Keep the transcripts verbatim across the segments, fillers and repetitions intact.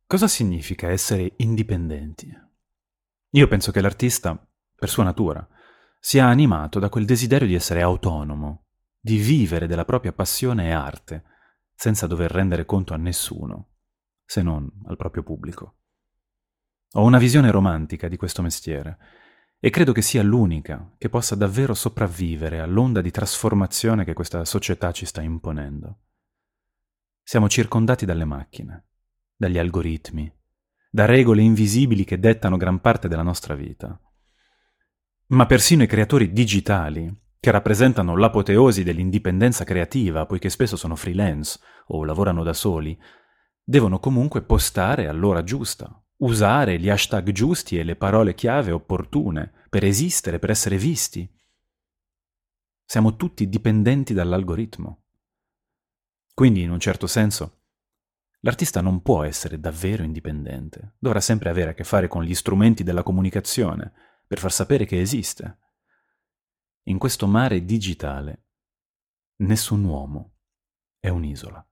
Cosa significa essere indipendenti? Io penso che l'artista, per sua natura, sia animato da quel desiderio di essere autonomo, di vivere della propria passione e arte, senza dover rendere conto a nessuno, se non al proprio pubblico. Ho una visione romantica di questo mestiere e credo che sia l'unica che possa davvero sopravvivere all'onda di trasformazione che questa società ci sta imponendo. Siamo circondati dalle macchine, dagli algoritmi, da regole invisibili che dettano gran parte della nostra vita. Ma persino i creatori digitali, che rappresentano l'apoteosi dell'indipendenza creativa, poiché spesso sono freelance o lavorano da soli, devono comunque postare all'ora giusta, usare gli hashtag giusti e le parole chiave opportune per esistere, per essere visti. Siamo tutti dipendenti dall'algoritmo. Quindi, in un certo senso, l'artista non può essere davvero indipendente, dovrà sempre avere a che fare con gli strumenti della comunicazione per far sapere che esiste. In questo mare digitale, nessun uomo è un'isola.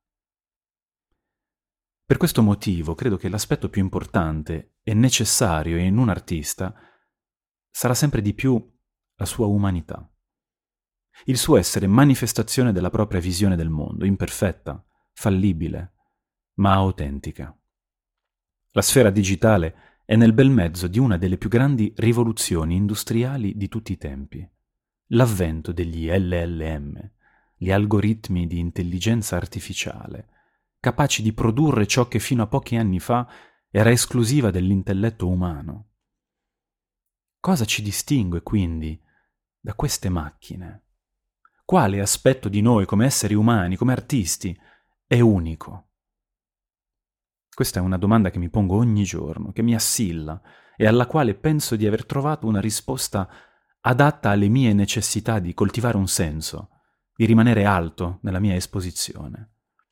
Per questo motivo credo che l'aspetto più importante e necessario in un artista sarà sempre di più la sua umanità, il suo essere manifestazione della propria visione del mondo, imperfetta, fallibile, ma autentica. La sfera digitale è nel bel mezzo di una delle più grandi rivoluzioni industriali di tutti i tempi, l'avvento degli L L M, gli algoritmi di intelligenza artificiale, capaci di produrre ciò che fino a pochi anni fa era esclusiva dell'intelletto umano. Cosa ci distingue quindi da queste macchine? Quale aspetto di noi come esseri umani, come artisti, è unico? Questa è una domanda che mi pongo ogni giorno, che mi assilla e alla quale penso di aver trovato una risposta adatta alle mie necessità di coltivare un senso, di rimanere alto nella mia esposizione.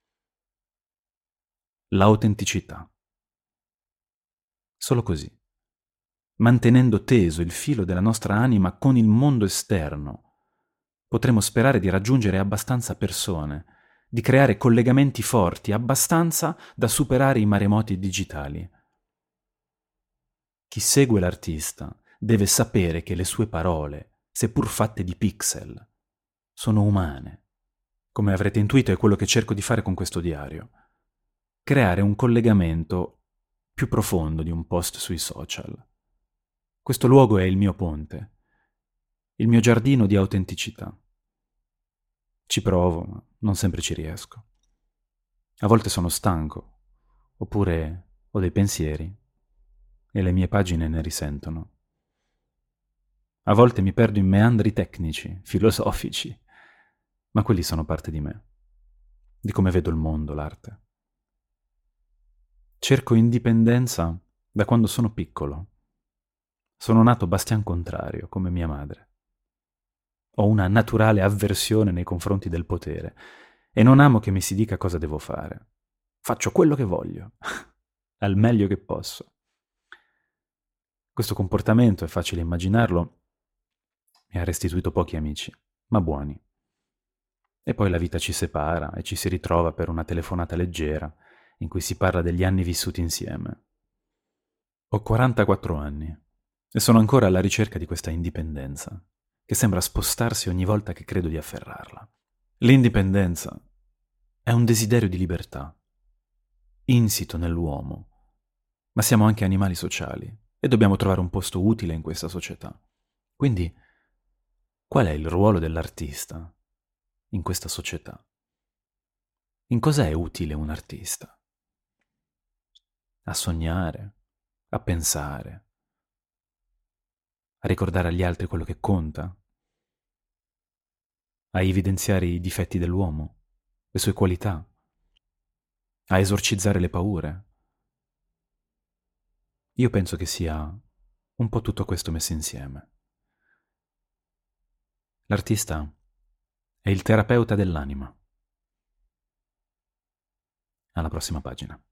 L'autenticità. Solo così, mantenendo teso il filo della nostra anima con il mondo esterno, potremo sperare di raggiungere abbastanza persone, di creare collegamenti forti, abbastanza da superare i maremoti digitali. Chi segue l'artista deve sapere che le sue parole, seppur fatte di pixel, sono umane. Come avrete intuito è quello che cerco di fare con questo diario. Creare un collegamento più profondo di un post sui social. Questo luogo è il mio ponte, il mio giardino di autenticità. Ci provo, ma non sempre ci riesco. A volte sono stanco, oppure ho dei pensieri e le mie pagine ne risentono. A volte mi perdo in meandri tecnici, filosofici, ma quelli sono parte di me, di come vedo il mondo, l'arte. Cerco indipendenza da quando sono piccolo. Sono nato bastian contrario, come mia madre. Ho una naturale avversione nei confronti del potere e non amo che mi si dica cosa devo fare. Faccio quello che voglio, al meglio che posso. Questo comportamento, è facile immaginarlo, mi ha restituito pochi amici, ma buoni. E poi la vita ci separa e ci si ritrova per una telefonata leggera in cui si parla degli anni vissuti insieme. Ho quarantaquattro anni e sono ancora alla ricerca di questa indipendenza, che sembra spostarsi ogni volta che credo di afferrarla. L'indipendenza è un desiderio di libertà, insito nell'uomo, ma siamo anche animali sociali e dobbiamo trovare un posto utile in questa società. Quindi, qual è il ruolo dell'artista in questa società? In cosa è utile un artista? A sognare, a pensare, a ricordare agli altri quello che conta, a evidenziare i difetti dell'uomo, le sue qualità, a esorcizzare le paure. Io penso che sia un po' tutto questo messo insieme. L'artista è il terapeuta dell'anima. Alla prossima pagina.